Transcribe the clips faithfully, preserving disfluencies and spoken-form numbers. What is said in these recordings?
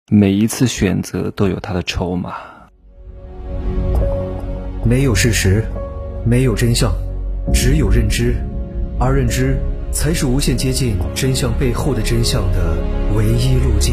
每一次选择都有它的筹码。 没有事实，没有真相，只有认知，而认知才是无限接近真相背后的真相的唯一路径。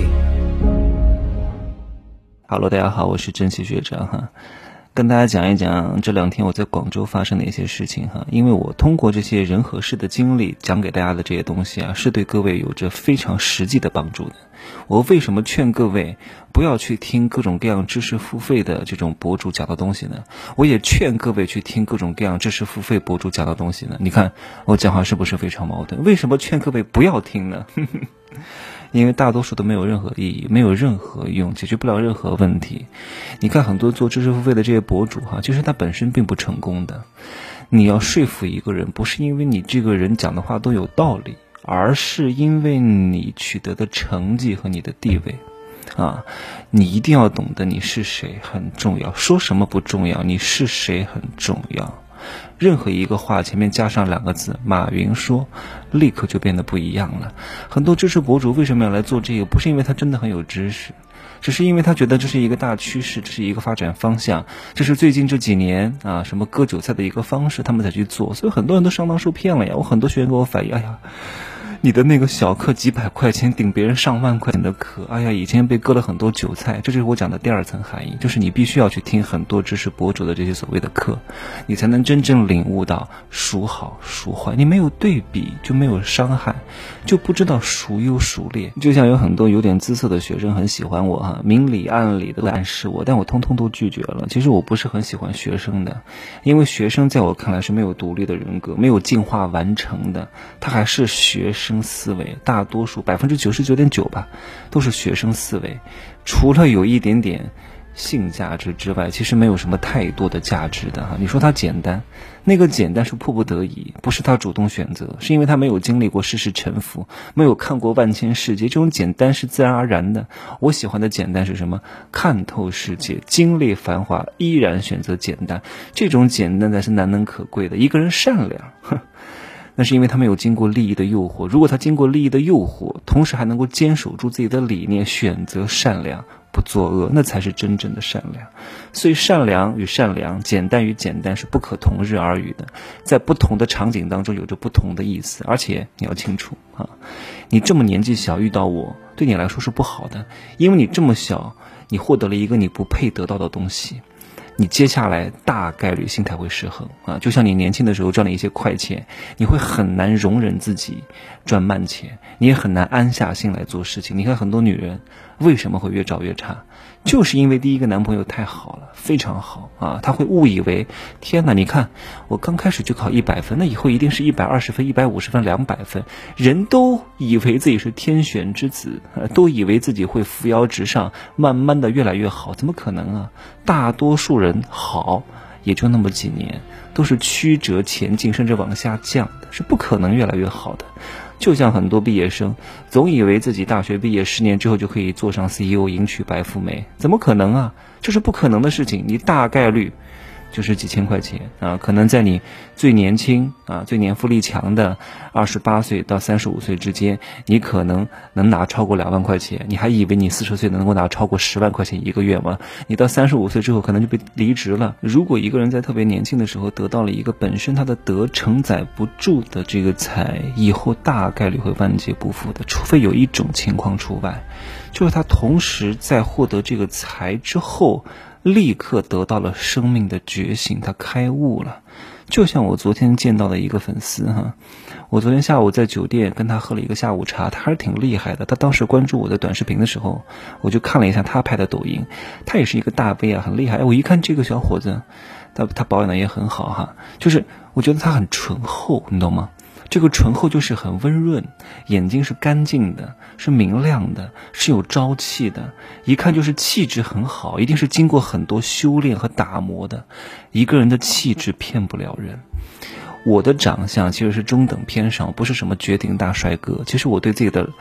Hello， 大家好，我是珍惜学长哈，跟大家讲一讲这两天我在广州发生的一些事情哈。因为我通过这些人和事的经历讲给大家的这些东西啊，是对各位有着非常实际的帮助的。我为什么劝各位不要去听各种各样知识付费的这种博主讲的东西呢？我也劝各位去听各种各样知识付费博主讲的东西呢？你看我讲话是不是非常矛盾？为什么劝各位不要听呢？因为大多数都没有任何意义，没有任何用，解决不了任何问题。你看很多做知识付费的这些博主哈，其实他本身并不成功的。你要说服一个人，不是因为你这个人讲的话都有道理，而是因为你取得的成绩和你的地位啊，你一定要懂得你是谁很重要，说什么不重要，你是谁很重要。任何一个话前面加上两个字马云说，立刻就变得不一样了。很多知识博主为什么要来做这个？不是因为他真的很有知识，只是因为他觉得这是一个大趋势，这是一个发展方向，这是最近这几年啊什么割韭菜的一个方式，他们才去做。所以很多人都上当受骗了呀。我很多学员给我反映，哎呀，你的那个小课几百块钱顶别人上万块钱的课，哎呀，以前被割了很多韭菜。这就是我讲的第二层含义，就是你必须要去听很多知识博主的这些所谓的课，你才能真正领悟到孰好孰坏。你没有对比就没有伤害，就不知道孰优孰劣。就像有很多有点姿色的学生很喜欢我哈，明里暗里的暗示我，但我通通都拒绝了。其实我不是很喜欢学生的，因为学生在我看来是没有独立的人格，没有进化完成的，他还是学生思维，大多数百分之九十九点九吧，都是学生思维。除了有一点点性价值之外，其实没有什么太多的价值的哈。你说它简单，那个简单是迫不得已，不是他主动选择，是因为他没有经历过世事沉浮，没有看过万千世界。这种简单是自然而然的。我喜欢的简单是什么？看透世界，经历繁华，依然选择简单。这种简单才是难能可贵的。一个人善良，呵，那是因为他没有经过利益的诱惑。如果他经过利益的诱惑，同时还能够坚守住自己的理念，选择善良不作恶，那才是真正的善良。所以善良与善良，简单与简单是不可同日而语的，在不同的场景当中有着不同的意思。而且你要清楚啊，你这么年纪小遇到我，对你来说是不好的，因为你这么小，你获得了一个你不配得到的东西，你接下来大概率心态会失衡啊，就像你年轻的时候赚了一些快钱，你会很难容忍自己赚慢钱，你也很难安下心来做事情。你看很多女人为什么会越找越差，就是因为第一个男朋友太好了，非常好啊，他会误以为天哪，你看我刚开始就考一百分，那以后一定是一百二十分、一百五十分、两百分，人都以为自己是天选之子，都以为自己会扶摇直上，慢慢的越来越好。怎么可能啊？大多数人好也就那么几年，都是曲折前进甚至往下降的，是不可能越来越好的。就像很多毕业生总以为自己大学毕业十年之后就可以做上 C E O 迎娶白富美，怎么可能啊？这是不可能的事情。你大概率就是几千块钱啊，可能在你最年轻啊、最年富力强的二十八岁到三十五岁之间，你可能能拿超过两万块钱。你还以为你四十岁能够拿超过十万块钱一个月吗？你到三十五岁之后可能就被离职了。如果一个人在特别年轻的时候得到了一个本身他的德承载不住的这个财，以后大概率会万劫不复的，除非有一种情况除外，就是他同时在获得这个财之后立刻得到了生命的觉醒，他开悟了。就像我昨天见到的一个粉丝哈，我昨天下午在酒店跟他喝了一个下午茶，他还是挺厉害的。他当时关注我的短视频的时候，我就看了一下他拍的抖音，他也是一个大 V 啊，很厉害。我一看这个小伙子，他他保养的也很好哈，就是我觉得他很醇厚，你懂吗？这个醇厚就是很温润，眼睛是干净的，是明亮的，是有朝气的，一看就是气质很好，一定是经过很多修炼和打磨的。一个人的气质骗不了人。我的长相其实是中等偏上，不是什么绝顶大帅哥。其实我对自己的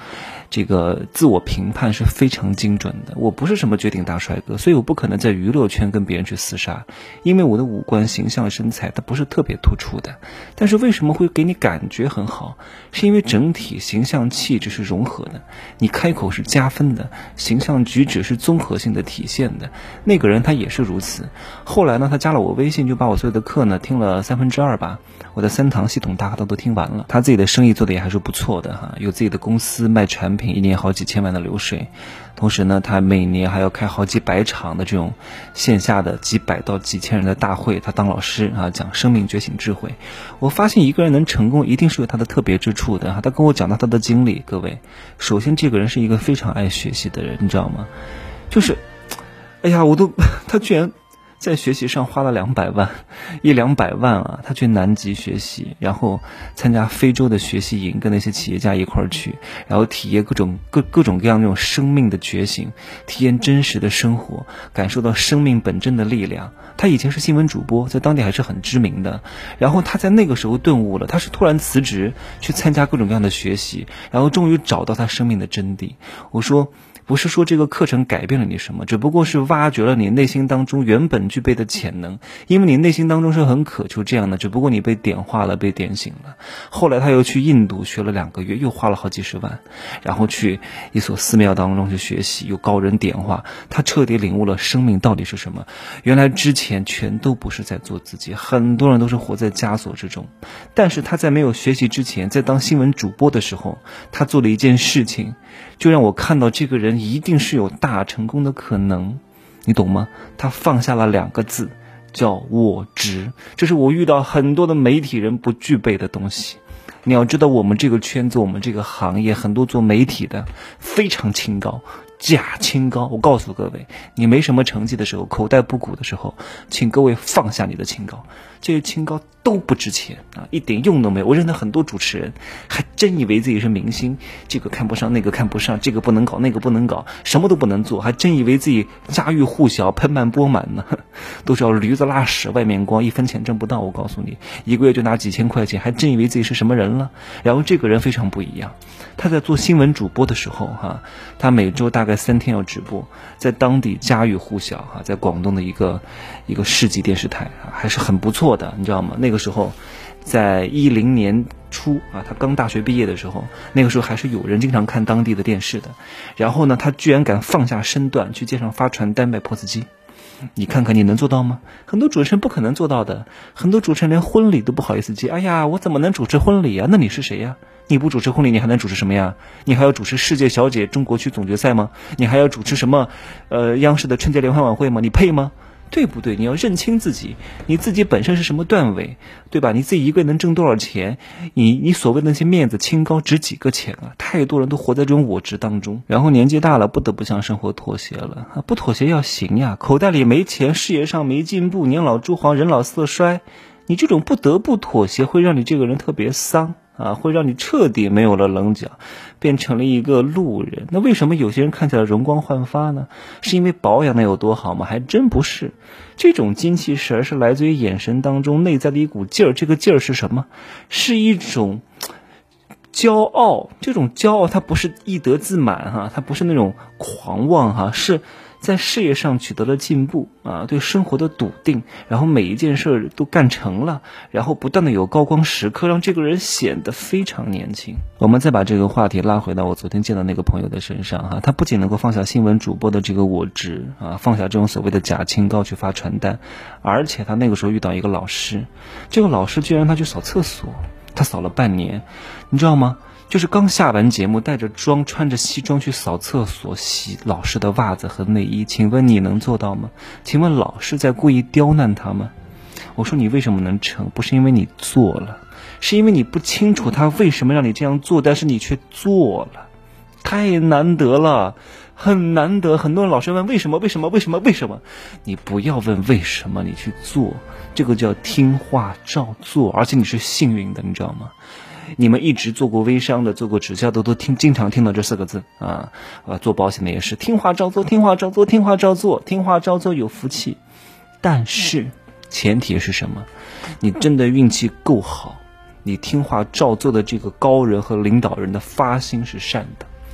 这个自我评判是非常精准的。我不是什么绝顶大帅哥，所以我不可能在娱乐圈跟别人去厮杀，因为我的五官、形象、身材它不是特别突出的。但是为什么会给你感觉很好？是因为整体形象气质是融合的，你开口是加分的，形象举止是综合性的体现的。那个人他也是如此。后来呢，他加了我微信，就把我所有的课呢听了三分之二吧，我的三堂系统大概都听完了。他自己的生意做的也还是不错的哈，有自己的公司卖产品，一年好几千万的流水。同时呢，他每年还要开好几百场的这种线下的几百到几千人的大会，他当老师啊，讲生命觉醒智慧。我发现一个人能成功，一定是有他的特别之处的哈。他跟我讲到他的经历，各位，首先这个人是一个非常爱学习的人，你知道吗？就是，哎呀，我都他居然在学习上花了两百万，一两百万啊！他去南极学习，然后参加非洲的学习营，跟那些企业家一块儿去，然后体验各种各各种各样那种生命的觉醒，体验真实的生活，感受到生命本真的力量。他以前是新闻主播，在当地还是很知名的。然后他在那个时候顿悟了，他是突然辞职去参加各种各样的学习，然后终于找到他生命的真谛。我说，不是说这个课程改变了你什么，只不过是挖掘了你内心当中原本具备的潜能，因为你内心当中是很渴求这样的，只不过你被点化了，被点醒了。后来他又去印度学了两个月，又花了好几十万，然后去一所寺庙当中去学习，有高人点化，他彻底领悟了生命到底是什么。原来之前全都不是在做自己，很多人都是活在枷锁之中。但是他在没有学习之前，在当新闻主播的时候，他做了一件事情，就让我看到这个人一定是有大成功的可能，你懂吗？他放下了两个字，叫我执。这是我遇到很多的媒体人不具备的东西。你要知道，我们这个圈子，我们这个行业，很多做媒体的非常清高，假清高。我告诉各位，你没什么成绩的时候，口袋不鼓的时候，请各位放下你的清高，这些清高都不值钱啊，一点用都没有。我认得很多主持人，还真以为自己是明星，这个看不上，那个看不上，这个不能搞，那个不能搞，什么都不能做，还真以为自己家喻户晓，盆满钵满呢。都是要驴子拉屎外面光，一分钱挣不到。我告诉你，一个月就拿几千块钱，还真以为自己是什么人了。然后这个人非常不一样，他在做新闻主播的时候哈，他每周大概三天要直播，在当地家喻户晓哈，在广东的一个一个市级电视台啊，还是很不错的，你知道吗？那个时候在一零年初啊，他刚大学毕业的时候，那个时候还是有人经常看当地的电视的。然后呢，他居然敢放下身段去街上发传单卖 P O S 机，你看看你能做到吗？很多主持人不可能做到的，很多主持人连婚礼都不好意思接。哎呀，我怎么能主持婚礼啊？那你是谁呀？你不主持婚礼，你还能主持什么呀？你还要主持世界小姐中国区总决赛吗？你还要主持什么呃央视的春节联欢晚会吗？你配吗？对不对？你要认清自己，你自己本身是什么段位，对吧？你自己一个月能挣多少钱？你你所谓的那些面子清高值几个钱啊？太多人都活在这种我执当中，然后年纪大了不得不向生活妥协了啊！不妥协要行呀，口袋里没钱，事业上没进步，年老珠黄，人老色衰，你这种不得不妥协会让你这个人特别丧啊，会让你彻底没有了棱角，变成了一个路人。那为什么有些人看起来容光焕发呢？是因为保养的有多好吗？还真不是。这种精气神是来自于眼神当中内在的一股劲儿。这个劲儿是什么？是一种骄傲。这种骄傲它不是义得自满哈，它不是那种狂妄哈，是在事业上取得了进步啊，对生活的笃定，然后每一件事都干成了，然后不断的有高光时刻，让这个人显得非常年轻。我们再把这个话题拉回到我昨天见到那个朋友的身上哈，他不仅能够放下新闻主播的这个我执啊，放下这种所谓的假清高去发传单，而且他那个时候遇到一个老师，这个老师居然让他去扫厕所，他扫了半年，你知道吗？就是刚下完节目，带着妆，穿着西装去扫厕所，洗老师的袜子和内衣。请问你能做到吗？请问老师在故意刁难他吗？我说你为什么能成？不是因为你做了，是因为你不清楚他为什么让你这样做，但是你却做了，太难得了，很难得。很多人老是问为什么为什么为什么为什么，你不要问为什么，你去做，这个叫听话照做，而且你是幸运的，你知道吗？你们一直做过微商的，做过直销的，都听经常听到这四个字啊，啊，做保险的也是听话照做，听话照做，听话照做，听话照做有福气。但是前提是什么？你真的运气够好，你听话照做的这个高人和领导人的发心是善的，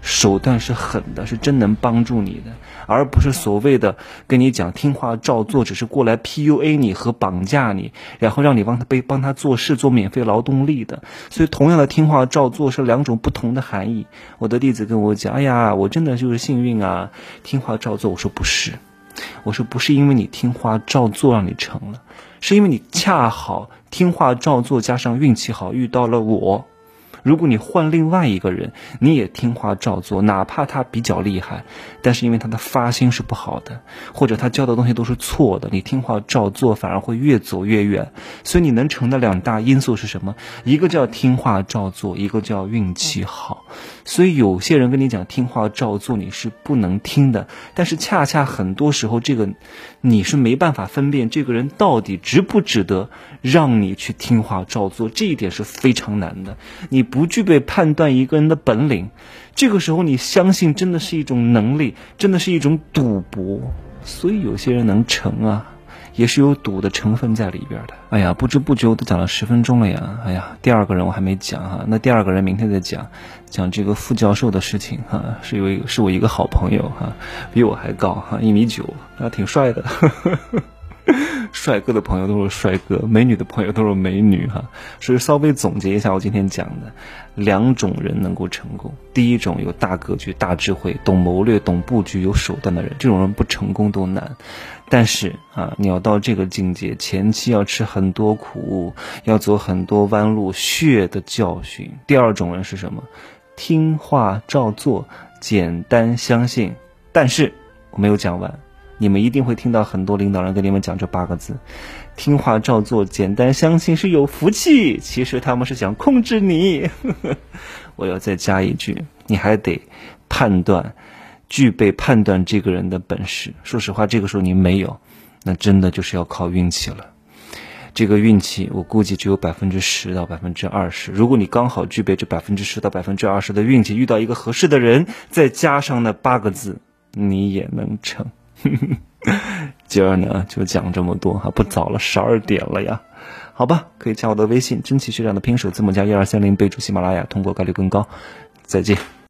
手段是狠的，是真能帮助你的，而不是所谓的跟你讲听话照做，只是过来 P U A 你和绑架你，然后让你帮他被帮他做事做免费劳动力的。所以同样的听话照做是两种不同的含义。我的弟子跟我讲，哎呀，我真的就是幸运啊，听话照做。我说不是，我说不是因为你听话照做让你成了，是因为你恰好听话照做加上运气好遇到了我。如果你换另外一个人，你也听话照做，哪怕他比较厉害，但是因为他的发心是不好的，或者他教的东西都是错的，你听话照做反而会越走越远。所以你能成的两大因素是什么？一个叫听话照做，一个叫运气好。所以有些人跟你讲听话照做你是不能听的，但是恰恰很多时候这个你是没办法分辨这个人到底值不值得让你去听话照做，这一点是非常难的。你不具备判断一个人的本领，这个时候你相信真的是一种能力，真的是一种赌博。所以有些人能成啊，也是有赌的成分在里边的。哎呀，不知不觉我都讲了十分钟了呀。哎呀，第二个人我还没讲哈，那第二个人明天再讲，讲这个副教授的事情哈，是有一个是我一个好朋友哈，比我还高哈，一米九，啊，挺帅的。帅哥的朋友都是帅哥，美女的朋友都是美女哈。所以稍微总结一下我今天讲的两种人能够成功。第一种有大格局、大智慧、懂谋略、懂布局、有手段的人，这种人不成功都难。但是啊，你要到这个境界，前期要吃很多苦，要走很多弯路，血的教训。第二种人是什么？听话照做，简单相信。但是我没有讲完，你们一定会听到很多领导人跟你们讲这八个字：听话照做，简单相信是有福气。其实他们是想控制你。我要再加一句，你还得判断，具备判断这个人的本事。说实话，这个时候你没有，那真的就是要靠运气了。这个运气我估计只有百分之十到百分之二十。如果你刚好具备这百分之十到百分之二十的运气，遇到一个合适的人，再加上那八个字，你也能成。今儿呢就讲这么多哈，不早了，十二点了呀。好吧，可以加我的微信，真奇学长的拼手字母加一二三零，备注喜马拉雅，通过概率更高。再见。